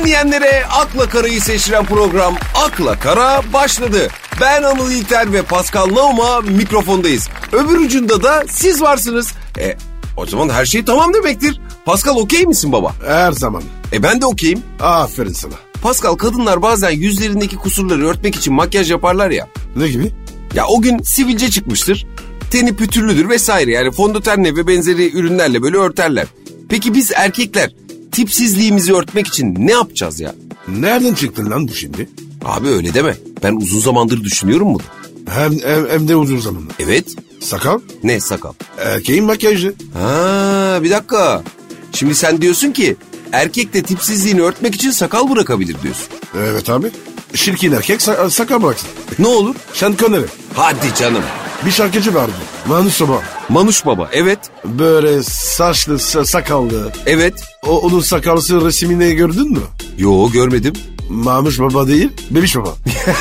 Dinleyenlere Akla Kara'yı seçtiren program Akla Kara başladı. Ben Anıl İlter ve Pascal Nauma mikrofondayız. Öbür ucunda da siz varsınız. O zaman her şey tamam demektir. Pascal okey misin baba? Her zaman. Ben de okeyim. Aferin sana. Pascal, kadınlar bazen yüzlerindeki kusurları örtmek için makyaj yaparlar ya. Ne gibi? Ya o gün sivilce çıkmıştır. Teni pütürlüdür vesaire, yani fondötenle ve benzeri ürünlerle böyle örterler. Peki biz erkekler tipsizliğimizi örtmek için ne yapacağız ya? Nereden çıktın lan bu şimdi? Abi öyle deme. Ben uzun zamandır düşünüyorum bunu. Hem de uzun zamandır. Evet. Sakal? Ne sakal? Erkeğin makyajı. Ha, bir dakika. Şimdi sen diyorsun ki erkek de tipsizliğini örtmek için sakal bırakabilir diyorsun. Evet abi. Şirkin erkek sakal bıraksın. Ne olur? Sean Connery. Hadi canım. Bir şarkıcı vardı. Manuş Baba. Manuş Baba, evet. Böyle saçlı, sakallı. Evet. Onun sakallısı resmini gördün mü? Yo, görmedim. Mamuş Baba değil, Bebiş Baba.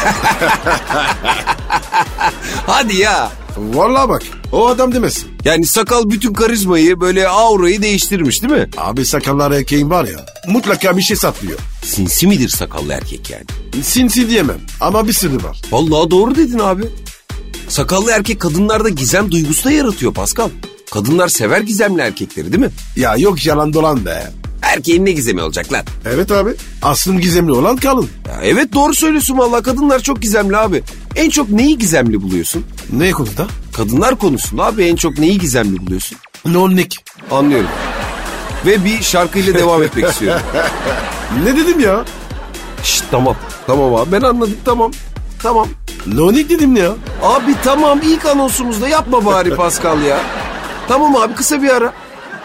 Hadi ya. Vallahi bak, o adam demesin. Yani sakal bütün karizmayı, böyle aurayı değiştirmiş değil mi? Abi sakallar erkeğin var ya, mutlaka bir şey saklıyor. Sinsi midir sakallı erkek yani? Sinsi diyemem ama bir sırrı var. Vallahi doğru dedin abi. Sakallı erkek kadınlarda gizem duygusu da yaratıyor Pascal. Kadınlar sever gizemli erkekleri değil mi? Ya yok yalan dolan be. Erkeğin ne gizemi olacak lan? Evet abi, aslında gizemli olan kalın. Ya evet, doğru söylüyorsun vallahi, kadınlar çok gizemli abi. En çok neyi gizemli buluyorsun? Ne konuda? Kadınlar konusunda abi en çok neyi gizemli buluyorsun? Nonnik. Anlıyorum. Ve bir şarkıyla devam etmek istiyorum. Ne dedim ya? Şşt, tamam. Tamam abi, ben anladım, tamam. Tamam. Nonik dedim ya. Abi tamam, ilk anonsumuzda yapma bari Pascal ya. Tamam abi, kısa bir ara.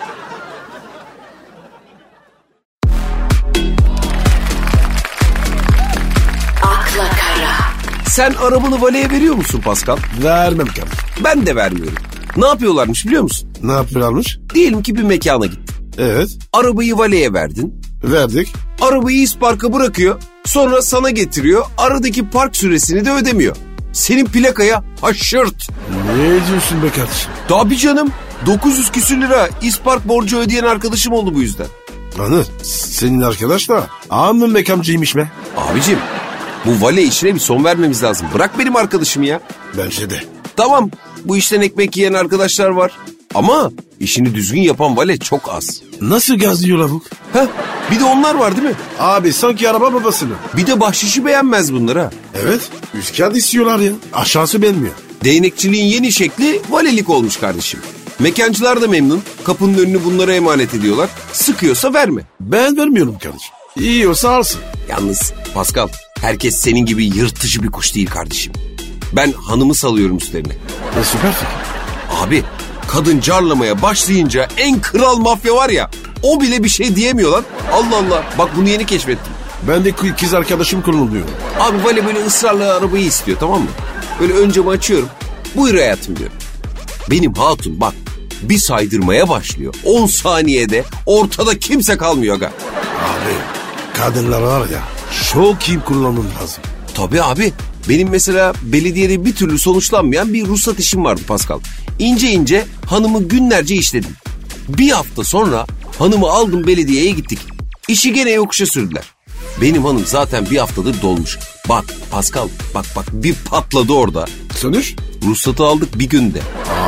Akla Kara. Sen arabanı valeye veriyor musun Pascal? Vermem kardeşim. Ben de vermiyorum. Ne yapıyorlarmış biliyor musun? Ne yapıyorlarmış? Diyelim ki bir mekana gittin. Evet. Arabayı valeye verdin. Verdik. Arabayı isparka bırakıyor. Sonra sana getiriyor. Aradaki park süresini de ödemiyor. Senin plakaya haşırt. Ne diyorsun be kardeşim? Tabii canım. 900 küsür lira ispark borcu ödeyen arkadaşım oldu bu yüzden. Anır, senin arkadaş da amma mekamcıymış be. Abicim, bu vale işine bir son vermemiz lazım. Bırak benim arkadaşımı ya. Bence de. Tamam, bu işten ekmek yiyen arkadaşlar var. Ama işini düzgün yapan vale çok az. Nasıl gazlıyorlar bu? Heh, bir de onlar var değil mi? Abi sanki araba babasını. Bir de bahşişi beğenmez bunlar ha. Evet. Üst kağıt istiyorlar ya. Aşağısı beğenmiyor. Değnekçiliğin yeni şekli valelik olmuş kardeşim. Mekancılar da memnun. Kapının önünü bunlara emanet ediyorlar. Sıkıyorsa verme. Ben vermiyorum kardeşim. İyi olsa alsın. Yalnız Pascal, herkes senin gibi yırtıcı bir kuş değil kardeşim. Ben hanımı salıyorum üstlerine. Süper fikir. Abi, kadın carlamaya başlayınca en kral mafya var ya, o bile bir şey diyemiyor lan. Allah Allah, bak bunu yeni keşfettim. Ben de kız arkadaşım kuruluyorum. Abi vale böyle ısrarla arabayı istiyor, tamam mı? Böyle öncemi açıyorum. Buyur hayatım diyorum. Benim hatun bak bir saydırmaya başlıyor. 10 saniyede ortada kimse kalmıyor aga. Abi kadınlar var ya çok iyi kullanmam lazım. Tabii abi. Benim mesela belediyede bir türlü sonuçlanmayan bir ruhsat işim vardı Pascal. İnce ince hanımı günlerce işledim. Bir hafta sonra hanımı aldım, belediyeye gittik. İşi gene yokuşa sürdüler. Benim hanım zaten bir haftadır dolmuş. Bak Pascal, bak bir patladı orada. Sonuç? Ruhsatı aldık bir günde.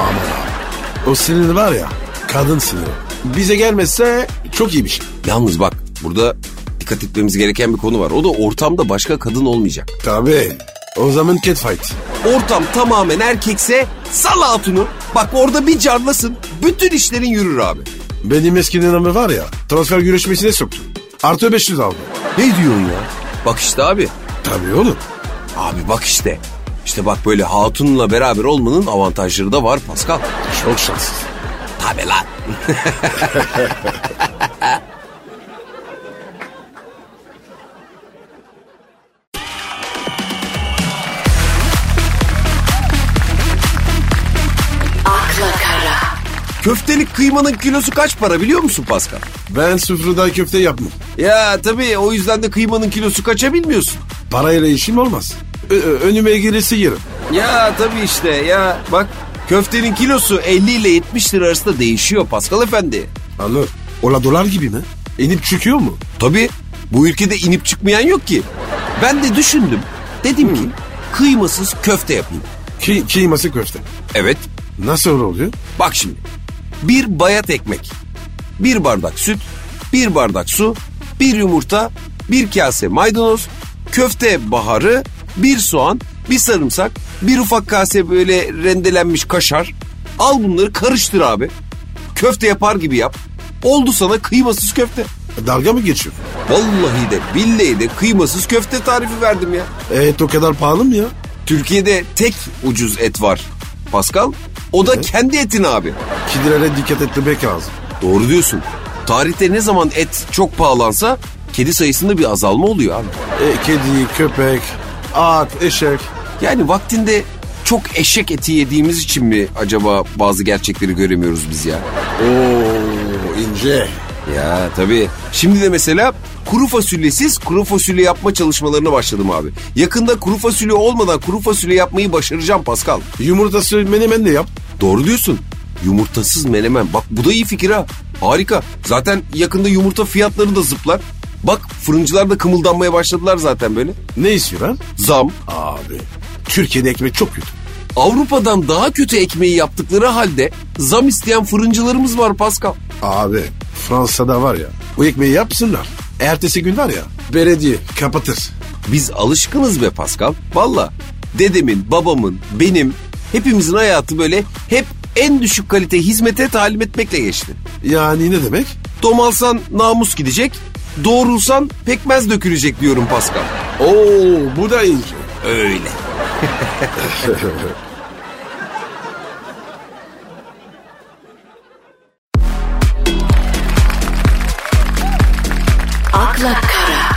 O sinir var ya kadın siniri. Bize gelmezse çok iyi bir şey. Yalnız bak, burada dikkat etmemiz gereken bir konu var. O da ortamda başka kadın olmayacak. Tabii. O zaman catfight. Ortam tamamen erkekse sal hatunu. Bak orada bir carlasın, bütün işlerin yürür abi. Benim eski nenemi var ya transfer görüşmesine soktu. Artı 500 aldı. Ne diyorsun ya? Bak işte abi. Tabii oğlum. Abi bak işte. İşte bak, böyle hatunla beraber olmanın avantajları da var Pascal. Çok şanssız. Tabii lan. Akla Kara. Köftelik kıymanın kilosu kaç para biliyor musun Pascal? Ben sıfırda köfte yapmam. Ya tabii, o yüzden de kıymanın kilosu kaça bilmiyorsun. Parayla işim olmaz. Önüme gelirse yerim. Ya tabii işte ya, bak köftenin kilosu 50 ile 70 lira arasında değişiyor Pascal efendi. Anladın. Ola dolar gibi mi? İnip çıkıyor mu? Tabii Bu ülkede inip çıkmayan yok ki. Ben de düşündüm. Dedim ki kıymasız köfte yapayım. Kıyması köfte. Evet. Nasıl oluyor? Bak şimdi. Bir bayat ekmek, bir bardak süt, bir bardak su, bir yumurta, bir kase maydanoz, köfte baharı, bir soğan, bir sarımsak, bir ufak kase böyle rendelenmiş kaşar. Al bunları karıştır abi. Köfte yapar gibi yap. Oldu sana kıymasız köfte. Dalga mı geçiyor? Vallahi de billahi de kıymasız köfte tarifi verdim ya. Et o kadar pahalı mı ya? Türkiye'de tek ucuz et var Pascal. O da kendi etin abi. Kedilere dikkat etmek lazım. Doğru diyorsun. Tarihte ne zaman et çok pahalansa kedi sayısında bir azalma oluyor abi. Kedi, köpek, at, eşek. Yani vaktinde çok eşek eti yediğimiz için mi acaba bazı gerçekleri göremiyoruz biz ya? Oo ince. Ya tabii. Şimdi de mesela kuru fasulyesiz kuru fasulye yapma çalışmalarına başladım abi. Yakında kuru fasulye olmadan kuru fasulye yapmayı başaracağım Pascal. Yumurtası menemen de yap. Doğru diyorsun. Yumurtasız menemen. Bak bu da iyi fikir ha. Harika. Zaten yakında yumurta fiyatları da zıplar. Bak fırıncılar da kımıldanmaya başladılar zaten böyle. Ne istiyor Zam. Abi Türkiye'de ekmek çok kötü. Avrupa'dan daha kötü ekmeği yaptıkları halde zam isteyen fırıncılarımız var Pascal. Abi Fransa'da var ya o ekmeği yapsınlar. Ertesi gün var ya belediye kapatır. Biz alışkınız be Pascal. Valla dedemin, babamın, benim hepimizin hayatı böyle hep en düşük kalite hizmete talim etmekle geçti. Yani ne demek? Domalsan namus gidecek, doğrulsan pekmez dökülecek diyorum Pascal. Oo bu da ince. Öyle. akla kara,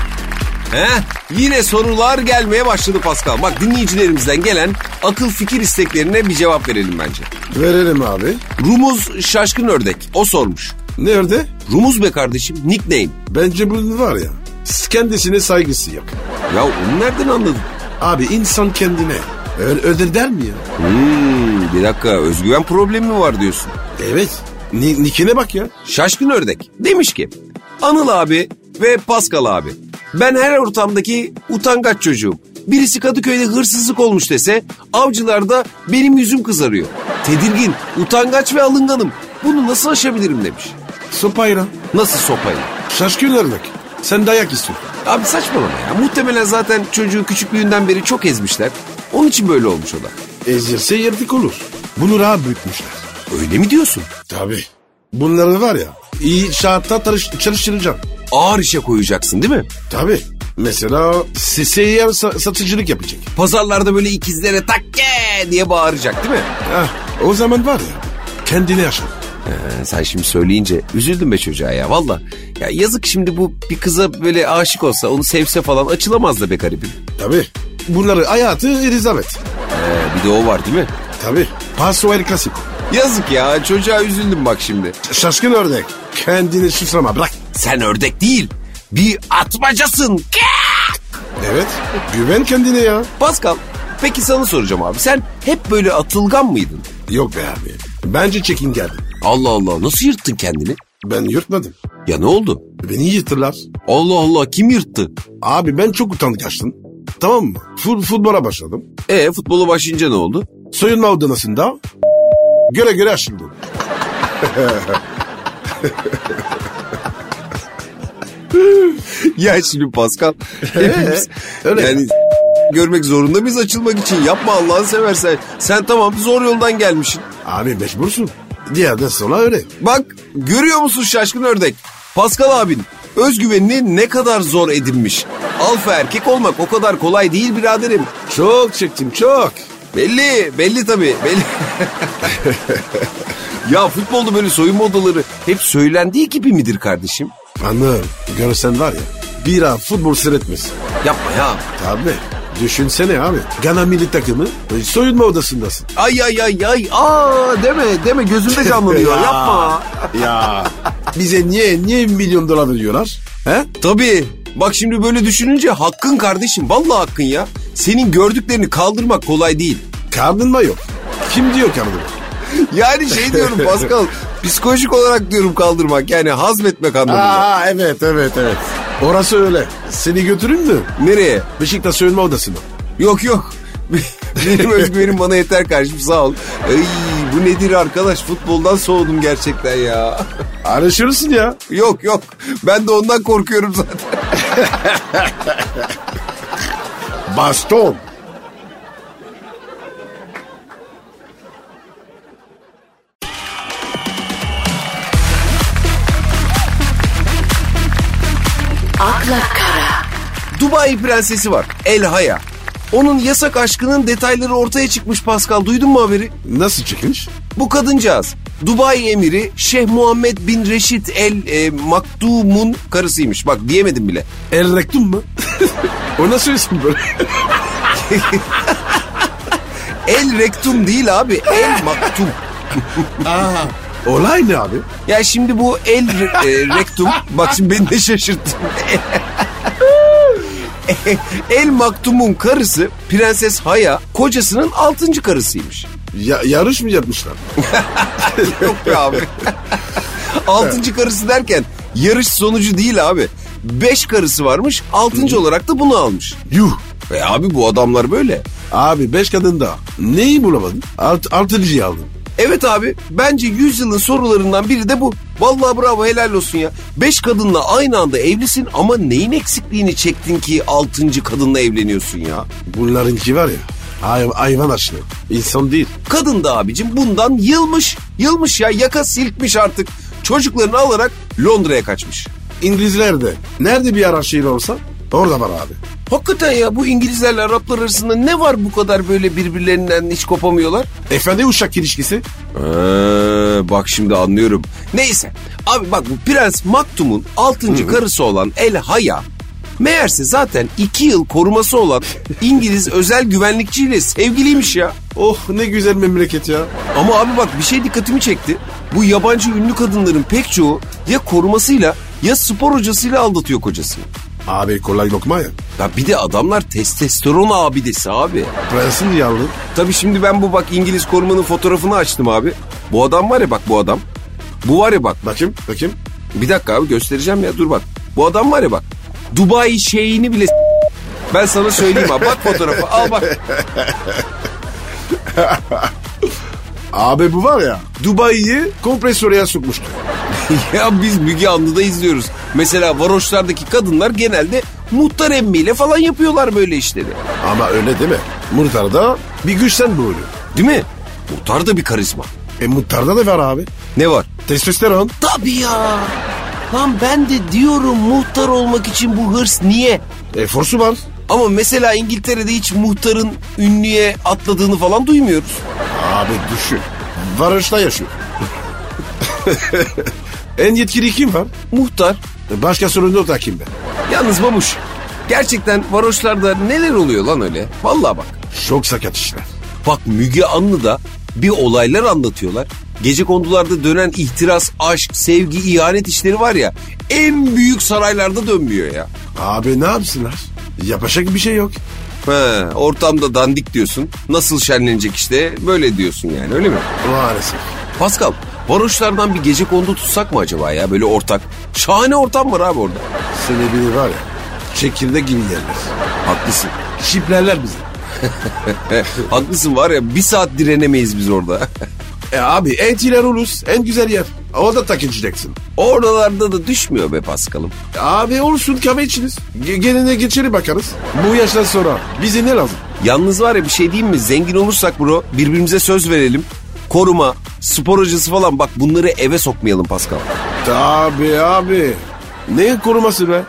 Yine sorular gelmeye başladı Pascal. Bak dinleyicilerimizden gelen akıl fikir isteklerine bir cevap verelim bence. Verelim abi. Rumuz Şaşkın Ördek o sormuş. Nerede? Rumuz be kardeşim, nickname. Bence bu var ya kendisine saygısı yok. Ya onu nereden anladın? Abi insan kendine öder der mi ya? Bir dakika, özgüven problemi mi var diyorsun? Evet. Nickine bak ya. Şaşkın Ördek demiş ki Anıl abi ve Pascal abi, ben her ortamdaki utangaç çocuğum. Birisi Kadıköy'de hırsızlık olmuş dese avcılarda benim yüzüm kızarıyor. Tedirgin, utangaç ve alınganım. Bunu nasıl aşabilirim demiş. Sopayla. Nasıl sopayla? Şaşkın ördek. Sen dayak istiyorsun. Abi saçmalama ya. Muhtemelen zaten çocuğu küçüklüğünden beri çok ezmişler. Onun için böyle olmuş o da. Ezilse yırtık olur. Bunu rahat büyütmüşler. Öyle mi diyorsun? Tabii. Bunları var ya iyi şartta çalıştıracağım. Ağır işe koyacaksın değil mi? Tabii. Mesela seyyar satıcılık yapacak. Pazarlarda böyle ikizlere takke diye bağıracak değil mi? O zaman var ya kendini yaşar. Sen şimdi söyleyince üzüldüm be çocuğa ya valla. Ya yazık, şimdi bu bir kıza böyle aşık olsa, onu sevse falan açılamaz da be garibim. Tabii. Bunları hayatı Elizabeth. Bir de o var değil mi? Tabii. Paso el Clasico. Yazık ya, çocuğa üzüldüm bak şimdi. Şaşkın ördek. Kendini suçlama, bırak. Sen ördek değil, bir atmacasın. Evet. Güven kendine ya. Pascal, peki sana soracağım abi. Sen hep böyle atılgan mıydın? Yok be abi. Bence çekingendim. Allah Allah, nasıl yırttın kendini? Ben yırtmadım. Ya ne oldu? Beni yırtırlar. Allah Allah, kim yırttı? Abi ben çok utangaçtım. Tamam mı? Futbola başladım. Futbola başlayınca ne oldu? Soyunma odasında göre açıldım. Ya şimdi Pascal, hepimiz öyle yani görmek zorunda mıyız açılmak için? Yapma Allah'ını seversen. Sen tamam zor yoldan gelmişsin. Abi mecbursun. Diğerden sonra öyle. Bak görüyor musun Şaşkın Ördek? Pascal abin özgüvenini ne kadar zor edinmiş. Alfa erkek olmak o kadar kolay değil biraderim. Çok çektim, çok. Belli tabii. Belli. Ya futbolda böyle soyunma odaları hep söylendiği gibi midir kardeşim? Anladım. Görsen var ya bir an futbol seyretmez. Yapma ya. Tabii. Düşünsene abi. Gana milli takımı soyunma odasındasın. Ay. Deme gözümde canlanıyor. Yapma. Ya. Bize niye milyon dolar veriyorlar? He? Tabii. Bak şimdi böyle düşününce hakkın kardeşim. Vallahi hakkın ya. Senin gördüklerini kaldırmak kolay değil. Kaldırma yok. Kim diyor kaldırma? Yani diyorum Pascal. Psikolojik olarak diyorum kaldırmak. Yani hazmetmek anlamında. Evet. Orası öyle. Seni götürün mü? Nereye? Beşiktaş soyunma odasına. Yok yok. Benim özgüvenim bana yeter kardeşim, sağ ol. Ay, bu nedir arkadaş, futboldan soğudum gerçekten ya. Araşırırsın ya. Yok yok, ben de ondan korkuyorum zaten. Baston. akla kara, Dubai prensesi var, El Haya. Onun yasak aşkının detayları ortaya çıkmış Pascal, duydun mu haberi? Nasıl çıkmış? Bu kadıncağız Dubai emiri Şeyh Muhammed bin Reşid El Maktum'un karısıymış. Bak diyemedim bile. El rektum mu? O nasıl isim böyle? El Rektum değil abi, El Maktum. Olay ne abi? Ya şimdi bu Rektum, bak şimdi beni de şaşırttın. El Maktum'un karısı Prenses Haya kocasının 6. karısıymış. Yarış mı yapmışlar? Yok be abi. 6. karısı derken yarış sonucu değil abi. 5 karısı varmış, 6. olarak da bunu almış. Yuh. Abi bu adamlar böyle. Abi 5 kadın da neyi bulamadın? 6.'yı aldın. Evet abi, bence yüzyılın sorularından biri de bu. Vallahi bravo, helal olsun ya. 5 kadınla aynı anda evlisin ama neyin eksikliğini çektin ki 6. kadınla evleniyorsun ya? Bunlarınki var ya hayvan açlığı. İnsan değil. Kadın da abicim bundan yılmış ya, yaka silkmiş artık. Çocuklarını alarak Londra'ya kaçmış. İngilizler de nerede bir araştırma olsa orada var abi. Hakikaten ya, bu İngilizlerle Araplar arasında ne var bu kadar böyle birbirlerinden hiç kopamıyorlar? Efendi uşak ilişkisi. Bak şimdi anlıyorum. Neyse abi, bak bu Prens Maktum'un 6. karısı olan El Haya meğerse zaten 2 yıl koruması olan İngiliz özel güvenlikçiyle sevgiliymiş ya. Oh ne güzel memleket ya. Ama abi bak, bir şey dikkatimi çekti. Bu yabancı ünlü kadınların pek çoğu ya korumasıyla ya spor hocasıyla aldatıyor kocasını. Abi kolay lokma ya. Ya bir de adamlar testosteron abidesi abi. Prensin diye aldın. Tabii şimdi ben bu bak İngiliz korumanın fotoğrafını açtım abi. Bu adam var ya, bak bu adam. Bu var ya bak. Bakayım. Bir dakika abi, göstereceğim ya, dur bak. Bu adam var ya bak. Dubai şeyini bile ben sana söyleyeyim abi. Bak fotoğrafı, al bak. Abi bu var ya Dubai'yi kompresöreye sokmuştu. Ya biz Müge Anlı'da izliyoruz. Mesela varoşlardaki kadınlar genelde muhtar emmiyle falan yapıyorlar böyle işleri. Ama öyle değil mi? Muhtarda bir güçten doğuyor. Değil mi? Muhtar da bir karizma. Muhtarda da var abi. Ne var? Testosteron. Tabii ya. Lan ben de diyorum, muhtar olmak için bu hırs niye? Forsu var. Ama mesela İngiltere'de hiç muhtarın ünlüye atladığını falan duymuyoruz. Abi düşün. Varoş'ta yaşıyor. En yetkili kim var? Muhtar. Başka sorun da kim be? Yalnız babuş, gerçekten varoşlarda neler oluyor lan öyle? Vallahi bak. Çok sakat işler. Bak Müge Anlı'da bir olaylar anlatıyorlar. Gecekondularda dönen ihtiras, aşk, sevgi, ihanet işleri var ya, en büyük saraylarda dönmüyor ya. Abi ne yapsınlar? Yapacak bir şey yok. He, ortamda dandik diyorsun. Nasıl şenlenecek işte, böyle diyorsun yani, öyle mi? Maalesef. Pascal, varoşlardan bir gecekondu tutsak mı acaba ya, böyle ortak? Şahane ortam var abi orada. Seni biri var ya çekirdek gibi yerler. Haklısın. Şiplerler bizi. Haklısın, var ya, bir saat direnemeyiz biz orada. Abi entiler ulus en güzel yer. Orada takılacaksın. Oralarda da düşmüyor be Pascal'ım. Abi olsun kahve içiniz. Geline geçeri bakarız. Bu yaştan sonra bize ne lazım? Yalnız var ya, bir şey diyeyim mi? Zengin olursak bro, birbirimize söz verelim. Koruma, spor hocası falan, bak bunları eve sokmayalım Pascal. Tabii abi. Ne koruması be?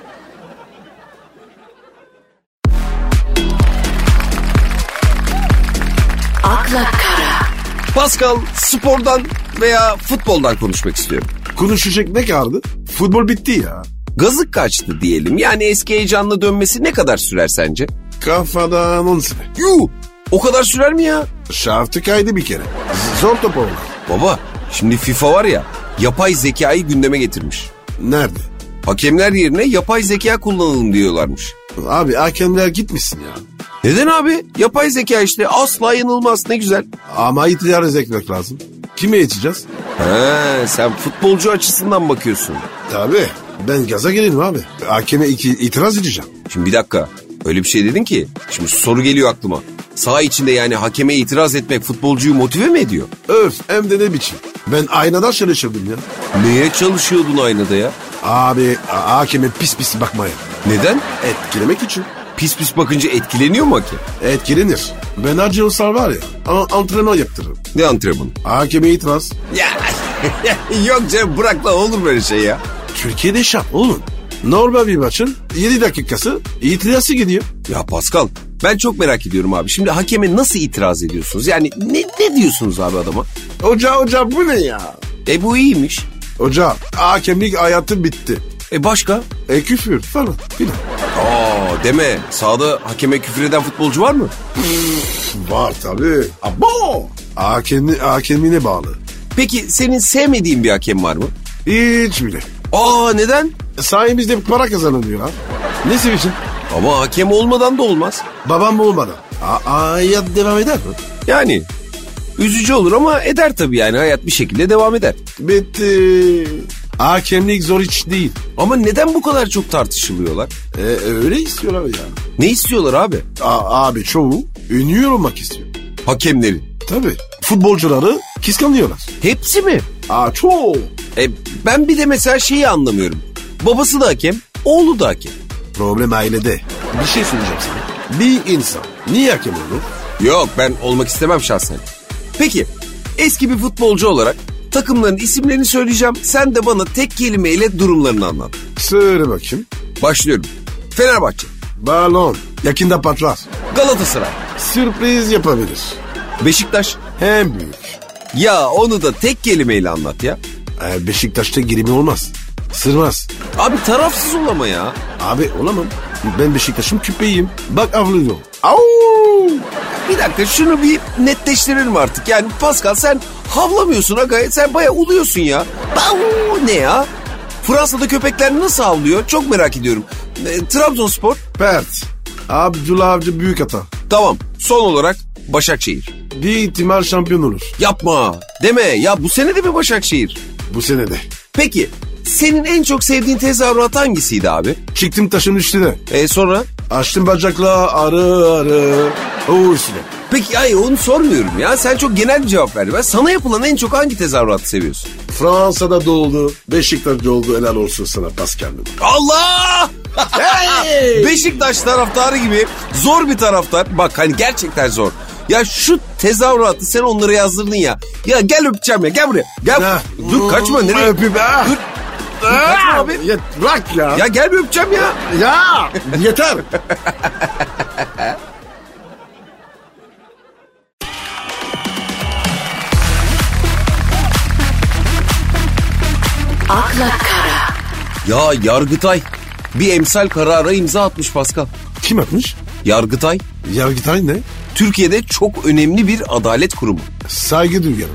akla kara, Pascal, spordan veya futboldan konuşmak istiyorum. Konuşacak ne kaldı? Futbol bitti ya. Gazı kaçtı diyelim. Yani eski heyecanla dönmesi ne kadar sürer sence? Kafadan 10 sene. Yuh! O kadar sürer mi ya? Şaftı kaydı bir kere. Zor top oldu. Baba, şimdi FIFA var ya, yapay zekayı gündeme getirmiş. Nerede? Hakemler yerine yapay zeka kullanalım diyorlarmış. Abi hakemler gitmişsin ya. Neden abi? Yapay zeka işte, asla yanılmaz, ne güzel. Ama itiraz etmek lazım. Kime yeteceğiz? He, sen futbolcu açısından bakıyorsun. Tabii. Ben gaza gelirim abi. Hakeme itiraz edeceğim. Şimdi bir dakika. Öyle bir şey dedin ki. Şimdi soru geliyor aklıma. Saha içinde yani hakeme itiraz etmek futbolcuyu motive mi ediyor? Öf hem de ne biçim. Ben aynada çalışırdım ya. Neye çalışıyordun aynada ya? Abi hakeme pis pis bakmaya. Neden? Etkilemek için. Pis pis bakınca etkileniyor mu hakem? Etkilenir. Ben Hacı Uysal var ya antrenman yaptırırım. Ne antrenmanı? Hakeme itiraz. Ya yok canım bırak lan olur böyle şey ya. Türkiye'de şart oğlum. Normal bir maçın 7 dakikası itirazı gidiyor. Ya Pascal ben çok merak ediyorum abi. Şimdi hakeme nasıl itiraz ediyorsunuz? Yani ne diyorsunuz abi adama? Hoca bu ne ya? Bu iyiymiş. Hoca hakemlik hayatım bitti. Başka? Küfür falan filan. Deme. Sahada hakeme küfür eden futbolcu var mı? Var tabii. Abo! Hakemine bağlı. Peki senin sevmediğin bir hakem var mı? Hiç bile. Neden? Sayemizde para kazanılıyor ha. Ne seviyorsun? Ama hakem olmadan da olmaz. Babam mı olmadan? Hayat devam eder mi? Yani üzücü olur ama eder tabii yani hayat bir şekilde devam eder. Bitti. Hakemlik zor hiç değil. Ama neden bu kadar çok tartışılıyorlar? Öyle istiyorlar ya. Ne istiyorlar abi? Abi çoğu ünlü olmak istiyor. Hakemleri. Tabii. Futbolcuları kıskanıyorlar. Hepsi mi? Çoğu. Ben bir de mesela şeyi anlamıyorum. Babası da hakem, oğlu da hakem. Problem ailede. Bir şey söyleyeceğim sana. Bir insan niye hakem olur? Yok ben olmak istemem şahsen. Peki eski bir futbolcu olarak takımların isimlerini söyleyeceğim. Sen de bana tek kelimeyle durumlarını anlat. Söyle bakayım. Başlıyorum. Fenerbahçe. Balon. Yakında patlar. Galatasaray. Sürpriz yapabilir. Beşiktaş. Hem büyük. Ya onu da tek kelimeyle anlat ya. Beşiktaş'ta girimi olmaz. Sırmaz. Abi tarafsız ol ama ya. Abi olamam. Ben Beşiktaş'ın küpeyim. Bak avlıyorum. Bir dakika şunu bir netleştirelim artık. Yani Pascal sen havlamıyorsun aga. Sen bayağı uluyorsun ya. Ne ya? Fransa'da köpekler nasıl havlıyor? Çok merak ediyorum. Trabzonspor. Pert. Abdullah Avcı büyük hata. Tamam. Son olarak Başakşehir. Bir ihtimal şampiyon olur. Yapma. Deme. Ya bu sene de mi Başakşehir? Bu sene de. Peki senin en çok sevdiğin tezahürat hangisiydi abi? Çıktım taşın üstüne. Sonra? Açtım bacakla arı. O üstüne. Peki onu sormuyorum ya. Sen çok genel bir cevap verdin. Ben sana yapılan en çok hangi tezahüratı seviyorsun? Fransa'da doğdu. Beşiktaş'ta oldu. Helal olsun sana Pascal. Allah! Hey! Beşiktaş taraftarı gibi zor bir taraftar. Bak hani gerçekten zor. Ya şu tezahüratı sen onlara yazdırdın ya. Ya gel öpeceğim ya gel buraya. Gel. Dur kaçma nereye? Öpeyim ha. Dur kaçma abi. Ya, bırak ya. Ya gel bir öpeceğim ya. Ya yeter. Akla Kara. Ya Yargıtay bir emsal karara imza atmış Pascal. Kim atmış? Yargıtay. Yargıtay ne? Türkiye'de çok önemli bir adalet kurumu. Saygı duyuyorum.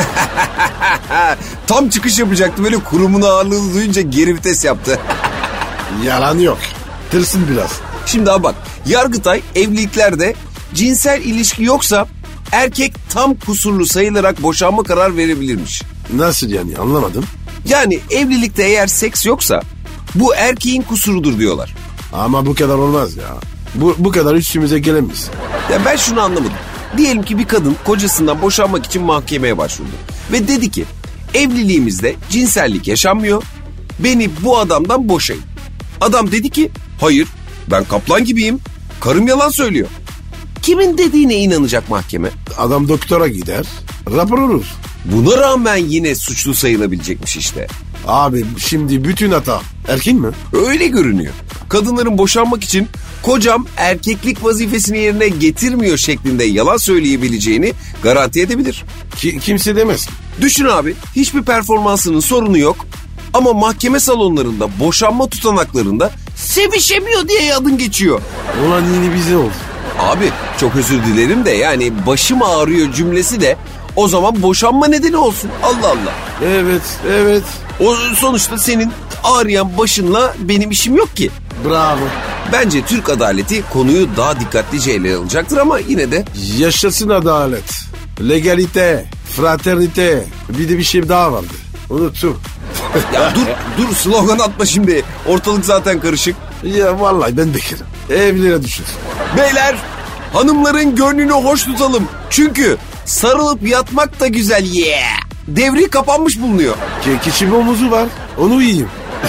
Tam çıkış yapacaktı böyle kurumun ağırlığını duyunca geri vites yaptı. Yalan yok. Tırsın biraz. Şimdi abi bak Yargıtay evliliklerde cinsel ilişki yoksa erkek tam kusurlu sayılarak boşanma kararı verebilirmiş. Nasıl yani anlamadım. Yani evlilikte eğer seks yoksa bu erkeğin kusurudur diyorlar. Ama bu kadar olmaz ya. Bu kadar üstümüze gelemeyiz. Ya ben şunu anlamadım. Diyelim ki bir kadın kocasından boşanmak için mahkemeye başvurdu. Ve dedi ki evliliğimizde cinsellik yaşanmıyor. Beni bu adamdan boşayın. Adam dedi ki hayır ben kaplan gibiyim. Karım yalan söylüyor. Kimin dediğine inanacak mahkeme? Adam doktora gider, rapor olur. Buna rağmen yine suçlu sayılabilecekmiş işte. Abi şimdi bütün hata erkin mi? Öyle görünüyor. Kadınların boşanmak için kocam erkeklik vazifesini yerine getirmiyor şeklinde yalan söyleyebileceğini garanti edebilir. Kimse demez. Düşün abi hiçbir performansının sorunu yok ama mahkeme salonlarında boşanma tutanaklarında sevişemiyor diye adın geçiyor. Ulan yine bize oldu. Abi çok özür dilerim de yani başım ağrıyor cümlesi de o zaman boşanma nedeni olsun. Allah Allah. Evet. O sonuçta senin ağrıyan başınla benim işim yok ki. Bravo. Bence Türk adaleti konuyu daha dikkatlice ele alacaktır ama yine de... Yaşasın adalet. Legalite, fraternite. Bir de bir şey daha vardı. Unuttum. Ya dur slogan atma şimdi. Ortalık zaten karışık. Ya vallahi ben bekarım. Evlere düşür. Beyler, hanımların gönlünü hoş tutalım. Çünkü sarılıp yatmak da güzel. Yeah. Devri kapanmış bulunuyor. Keçi bomuzu var. Onu yiyeyim.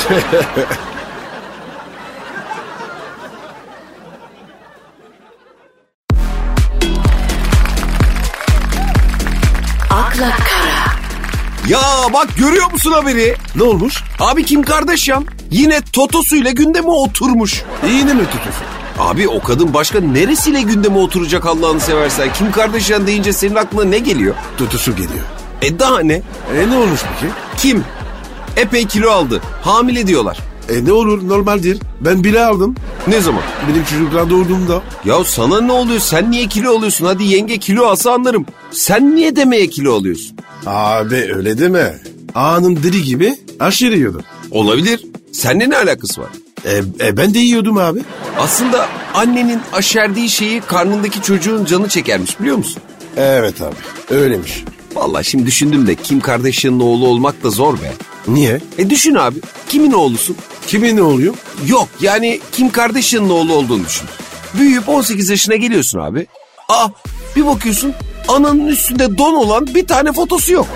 akla kara, Ya bak görüyor musun haberi? Ne olmuş? Abi Kim Kardashian yine totosuyla gündeme oturmuş. İğne mi tutuyorsun? Abi o kadın başka neresiyle gündeme oturacak Allah'ını seversen? Kim Kardashian deyince senin aklına ne geliyor? Tutusu geliyor. Daha ne? Ne olmuş peki? Kim? Epey kilo aldı. Hamile diyorlar. Ne olur normaldir. Ben bile aldım. Ne zaman? Benim çocuklar doğduğumda. Ya sana ne oluyor? Sen niye kilo alıyorsun? Hadi yenge kilo alsa anlarım. Sen niye demeye kilo alıyorsun? Abi öyle deme. Ağanın deli gibi aşırı yiyordu. Olabilir. Seninle ne alakası var? Ben de yiyordum abi. Aslında annenin aşerdiği şeyi karnındaki çocuğun canı çekermiş biliyor musun? Evet abi öyleymiş. Vallahi şimdi düşündüm de Kim Kardashian'ın oğlu olmak da zor be. Niye? Düşün abi. Kimin oğlusun? Kimin ne oluyor? Yok yani Kim Kardashian'ın oğlu olduğunu düşün. Büyüyüp 18 yaşına geliyorsun abi. Bir bakıyorsun ananın üstünde don olan bir tane fotosu yok.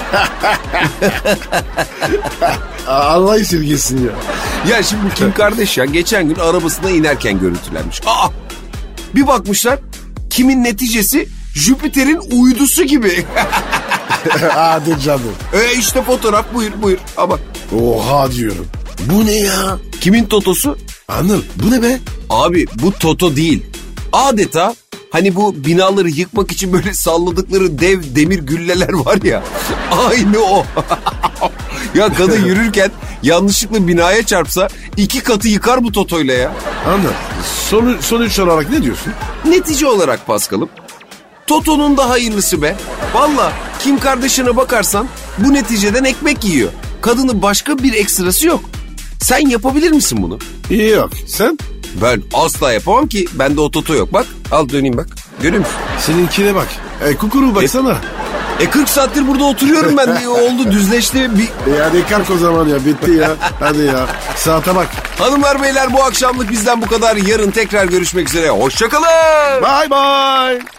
Allah esirgesin ya. Ya şimdi Kim Kardashian geçen gün arabasına inerken görüntülenmiş. Bir bakmışlar Kim'in neticesi Jüpiter'in uydusu gibi. Hadi canım. İşte fotoğraf buyur. Ama Oha diyorum. Bu ne ya? kimin totosu? Anıl bu ne be? Abi bu toto değil. Adeta hani bu binaları yıkmak için böyle salladıkları dev demir gülleler var ya. Aynı o. Ya kadın yürürken yanlışlıkla binaya çarpsa 2 katı yıkar bu totoyla ya. Anıl sonuç olarak ne diyorsun? Netice olarak Paskal'ım. Toto'nun da hayırlısı be. Valla Kim Kardashian'a bakarsan bu neticeden ekmek yiyor. Kadının başka bir ekstrası yok. Sen yapabilir misin bunu? Yok. Sen? Ben asla yapamam ki. Bende o toto yok. Bak al döneyim bak. Görüyor musun? Seninkine bak. Kukuru baksana. 40 saattir burada oturuyorum ben. Oldu düzleşti. Hadi kalk o zaman ya. Bitti ya. Hadi ya. Saate bak. Hanımlar beyler bu akşamlık bizden bu kadar. Yarın tekrar görüşmek üzere. Hoşçakalın. Bye bye.